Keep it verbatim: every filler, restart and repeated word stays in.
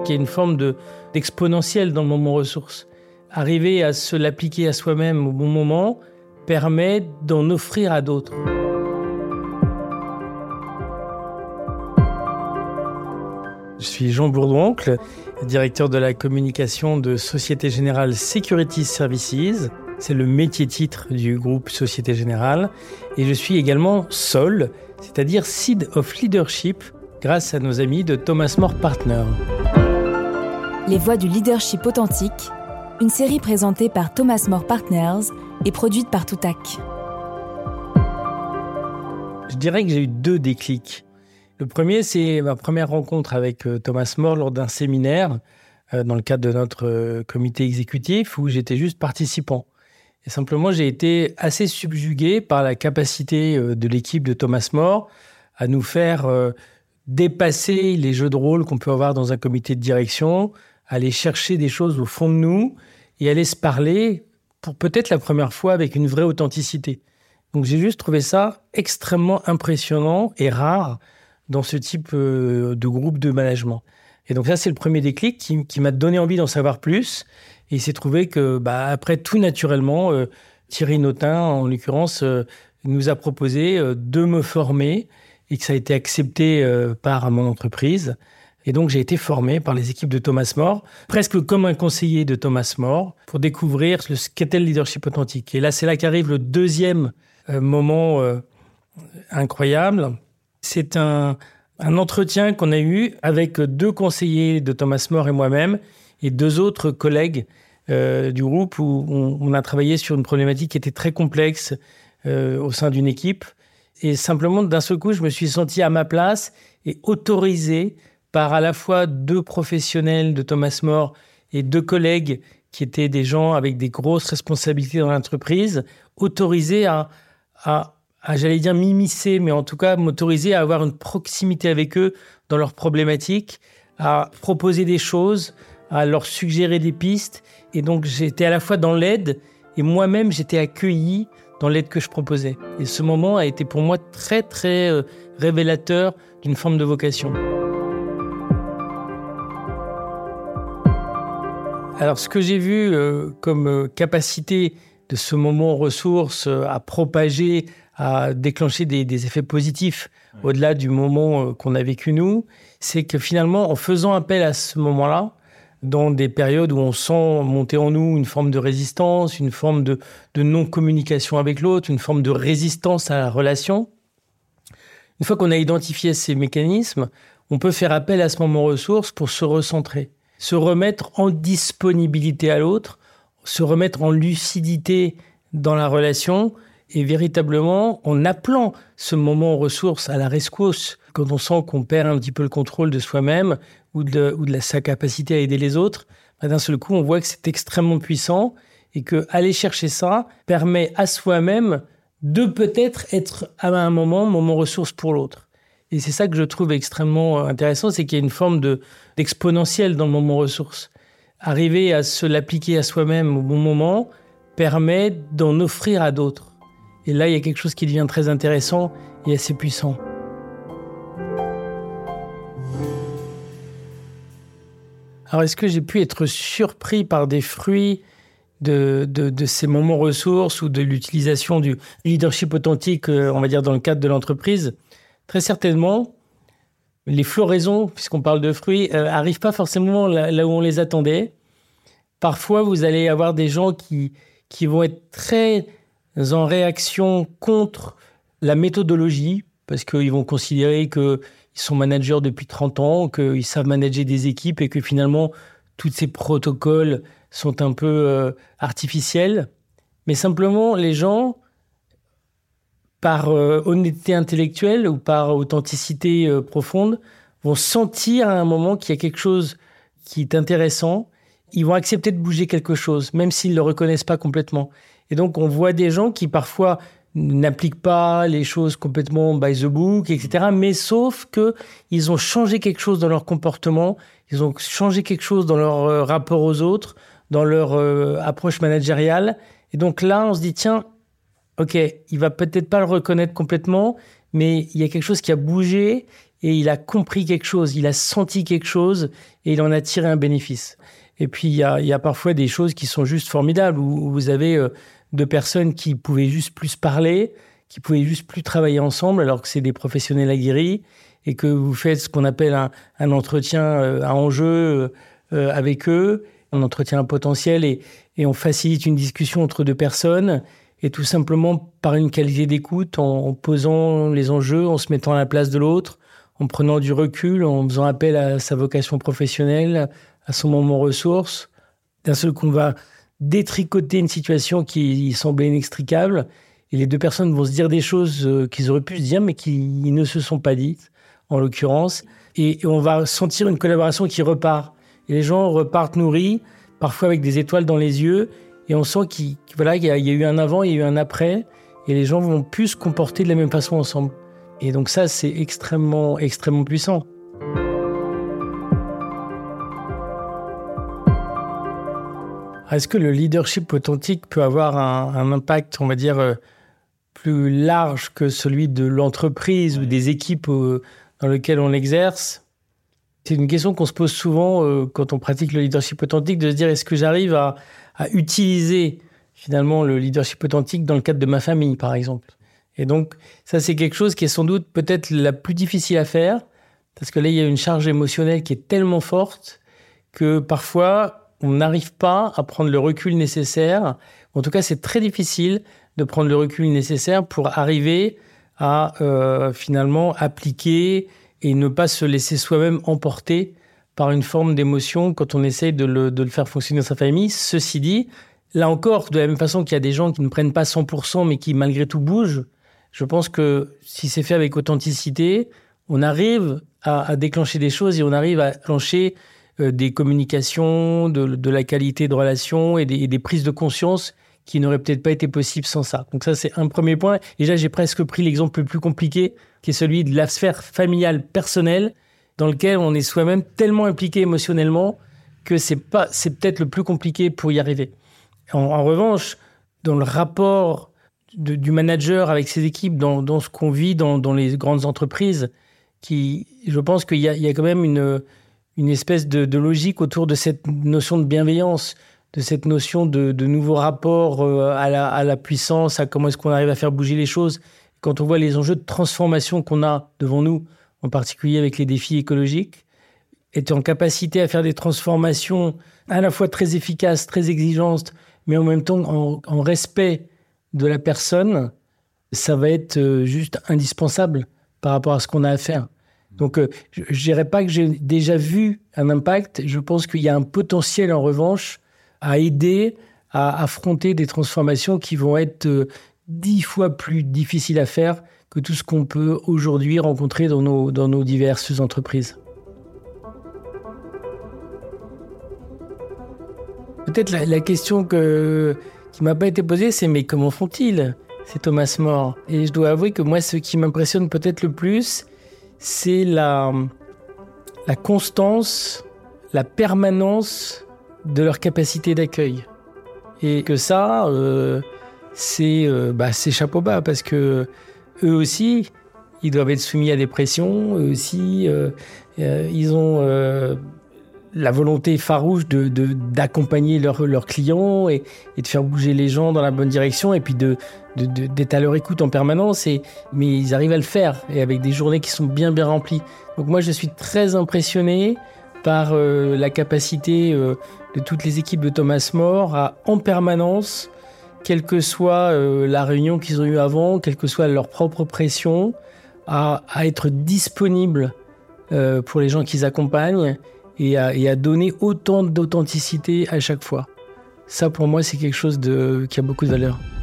qu'il y a une forme de, d'exponentiel dans le moment ressources. Arriver à se l'appliquer à soi-même au bon moment permet d'en offrir à d'autres. Je suis Jean Bourdoncle, directeur de la communication de Société Générale Security Services. C'est le métier-titre du groupe Société Générale. Et je suis également S O L, c'est-à-dire Seed of Leadership, grâce à nos amis de Thomas More Partners. Les voix du leadership authentique, une série présentée par Thomas More Partners et produite par Toutac. Je dirais que j'ai eu deux déclics. Le premier, c'est ma première rencontre avec Thomas More lors d'un séminaire euh, dans le cadre de notre euh, comité exécutif où j'étais juste participant. Et simplement, j'ai été assez subjugué par la capacité euh, de l'équipe de Thomas More à nous faire euh, dépasser les jeux de rôle qu'on peut avoir dans un comité de direction, aller chercher des choses au fond de nous et aller se parler pour peut-être la première fois avec une vraie authenticité. Donc j'ai juste trouvé ça extrêmement impressionnant et rare dans ce type de groupe de management. Et donc ça, c'est le premier déclic qui, qui m'a donné envie d'en savoir plus. Et il s'est trouvé que, bah, après, tout naturellement, euh, Thierry Notin, en l'occurrence, euh, nous a proposé euh, de me former et que ça a été accepté euh, par mon entreprise. Et donc, j'ai été formé par les équipes de Thomas More, presque comme un conseiller de Thomas More, pour découvrir ce qu'était le leadership authentique. Et là, c'est là qu'arrive le deuxième euh, moment euh, incroyable. C'est un, un entretien qu'on a eu avec deux conseillers de Thomas More et moi-même et deux autres collègues euh, du groupe où on, on a travaillé sur une problématique qui était très complexe euh, au sein d'une équipe. Et simplement, d'un seul coup, je me suis senti à ma place et autorisé par à la fois deux professionnels de Thomas More et deux collègues qui étaient des gens avec des grosses responsabilités dans l'entreprise, autorisé à... à à, j'allais dire m'immiscer, mais en tout cas m'autoriser à avoir une proximité avec eux dans leurs problématiques, à proposer des choses, à leur suggérer des pistes. Et donc, j'étais à la fois dans l'aide et moi-même, j'étais accueilli dans l'aide que je proposais. Et ce moment a été pour moi très, très euh, révélateur d'une forme de vocation. Alors, ce que j'ai vu euh, comme euh, capacité de ce moment ressources euh, à propager, à déclencher des, des effets positifs ouais. Au-delà du moment euh, qu'on a vécu nous, c'est que finalement, en faisant appel à ce moment-là, dans des périodes où on sent monter en nous une forme de résistance, une forme de, de non-communication avec l'autre, une forme de résistance à la relation, une fois qu'on a identifié ces mécanismes, on peut faire appel à ce moment ressources pour se recentrer, se remettre en disponibilité à l'autre, se remettre en lucidité dans la relation et véritablement en appelant ce moment ressources à la rescousse quand on sent qu'on perd un petit peu le contrôle de soi-même ou de, ou de la, sa capacité à aider les autres, ben d'un seul coup, on voit que c'est extrêmement puissant et qu'aller chercher ça permet à soi-même de peut-être être à un moment, moment ressources pour l'autre. Et c'est ça que je trouve extrêmement intéressant, c'est qu'il y a une forme de, d'exponentiel dans le moment ressources. Arriver à se l'appliquer à soi-même au bon moment permet d'en offrir à d'autres. Et là, il y a quelque chose qui devient très intéressant et assez puissant. Alors, est-ce que j'ai pu être surpris par des fruits de, de, de ces moments ressources ou de l'utilisation du leadership authentique, on va dire, dans le cadre de l'entreprise ? Très certainement. Les floraisons, puisqu'on parle de fruits, euh, arrivent pas forcément là, là où on les attendait. Parfois, vous allez avoir des gens qui, qui vont être très en réaction contre la méthodologie, parce qu'ils vont considérer qu'ils sont managers depuis trente ans, qu'ils savent manager des équipes et que finalement, tous ces protocoles sont un peu euh, artificiels. Mais simplement, les gens, par euh, honnêteté intellectuelle ou par authenticité euh, profonde, vont sentir à un moment qu'il y a quelque chose qui est intéressant. Ils vont accepter de bouger quelque chose, même s'ils ne le reconnaissent pas complètement. Et donc, on voit des gens qui, parfois, n'appliquent pas les choses complètement by the book, et cetera. Mais sauf qu'ils ont changé quelque chose dans leur comportement, ils ont changé quelque chose dans leur euh, rapport aux autres, dans leur euh, approche managériale. Et donc là, on se dit, tiens, OK, il va peut-être pas le reconnaître complètement, mais il y a quelque chose qui a bougé et il a compris quelque chose, il a senti quelque chose et il en a tiré un bénéfice. Et puis, il y a, il y a parfois des choses qui sont juste formidables, où, où vous avez euh, deux personnes qui pouvaient juste plus parler, qui pouvaient juste plus travailler ensemble, alors que c'est des professionnels aguerris, et que vous faites ce qu'on appelle un, un entretien euh, à enjeu euh, avec eux, un entretien potentiel, et, et on facilite une discussion entre deux personnes, et tout simplement par une qualité d'écoute, en, en posant les enjeux, en se mettant à la place de l'autre, en prenant du recul, en faisant appel à sa vocation professionnelle, à son moment ressources. D'un seul coup, on va détricoter une situation qui semblait inextricable, et les deux personnes vont se dire des choses qu'ils auraient pu se dire, mais qui ne se sont pas dites, en l'occurrence. Et, et on va sentir une collaboration qui repart. Et les gens repartent nourris, parfois avec des étoiles dans les yeux, et on sent qu'il, voilà, qu'il y a, il y a eu un avant, il y a eu un après, et les gens vont plus se comporter de la même façon ensemble. Et donc ça, c'est extrêmement, extrêmement puissant. Est-ce que le leadership authentique peut avoir un, un impact, on va dire, plus large que celui de l'entreprise ou des équipes dans lesquelles on l'exerce ? C'est une question qu'on se pose souvent euh, quand on pratique le leadership authentique, de se dire est-ce que j'arrive à, à utiliser finalement le leadership authentique dans le cadre de ma famille, par exemple. Et donc, ça, c'est quelque chose qui est sans doute peut-être la plus difficile à faire, parce que là, il y a une charge émotionnelle qui est tellement forte que parfois, on n'arrive pas à prendre le recul nécessaire. En tout cas, c'est très difficile de prendre le recul nécessaire pour arriver à euh, finalement appliquer et ne pas se laisser soi-même emporter par une forme d'émotion quand on essaye de le, de le faire fonctionner dans sa famille. Ceci dit, là encore, de la même façon qu'il y a des gens qui ne prennent pas cent pour cent mais qui malgré tout bougent, je pense que si c'est fait avec authenticité, on arrive à, à déclencher des choses et on arrive à déclencher euh, des communications, de, de la qualité de relation et des, et des prises de conscience qui n'auraient peut-être pas été possibles sans ça. Donc ça, c'est un premier point. Et là, j'ai presque pris l'exemple le plus compliqué, qui est celui de la sphère familiale personnelle, dans lequel on est soi-même tellement impliqué émotionnellement que c'est pas, c'est peut-être le plus compliqué pour y arriver. En, en revanche, dans le rapport de, du manager avec ses équipes, dans, dans ce qu'on vit dans, dans les grandes entreprises, qui, je pense qu'il y a, il y a quand même une, une espèce de, de logique autour de cette notion de bienveillance, de cette notion de, de nouveau rapport à la, à la puissance, à comment est-ce qu'on arrive à faire bouger les choses. Quand on voit les enjeux de transformation qu'on a devant nous, en particulier avec les défis écologiques, être en capacité à faire des transformations à la fois très efficaces, très exigeantes, mais en même temps en, en respect de la personne, ça va être juste indispensable par rapport à ce qu'on a à faire. Donc, je ne dirais pas que j'ai déjà vu un impact. Je pense qu'il y a un potentiel, en revanche, à aider à affronter des transformations qui vont être euh, dix fois plus difficiles à faire que tout ce qu'on peut aujourd'hui rencontrer dans nos, dans nos diverses entreprises. Peut-être la, la question que, qui ne m'a pas été posée, c'est « mais comment font-ils ?» C'est Thomas More. Et je dois avouer que moi, ce qui m'impressionne peut-être le plus, c'est la, la constance, la permanence de leur capacité d'accueil. Et que ça, euh, c'est, euh, bah, c'est chapeau bas, parce que eux aussi, ils doivent être soumis à des pressions, eux aussi, euh, euh, ils ont euh, la volonté farouche de, de, d'accompagner leurs leurs clients et, et de faire bouger les gens dans la bonne direction, et puis de, de, de, d'être à leur écoute en permanence, et, mais ils arrivent à le faire, et avec des journées qui sont bien bien remplies. Donc moi, je suis très impressionné par euh, la capacité euh, de toutes les équipes de Thomas More à, en permanence, quelle que soit euh, la réunion qu'ils ont eue avant, quelle que soit leur propre pression, à, à être disponibles euh, pour les gens qu'ils accompagnent et à, et à donner autant d'authenticité à chaque fois. Ça, pour moi, c'est quelque chose de, qui a beaucoup de valeur.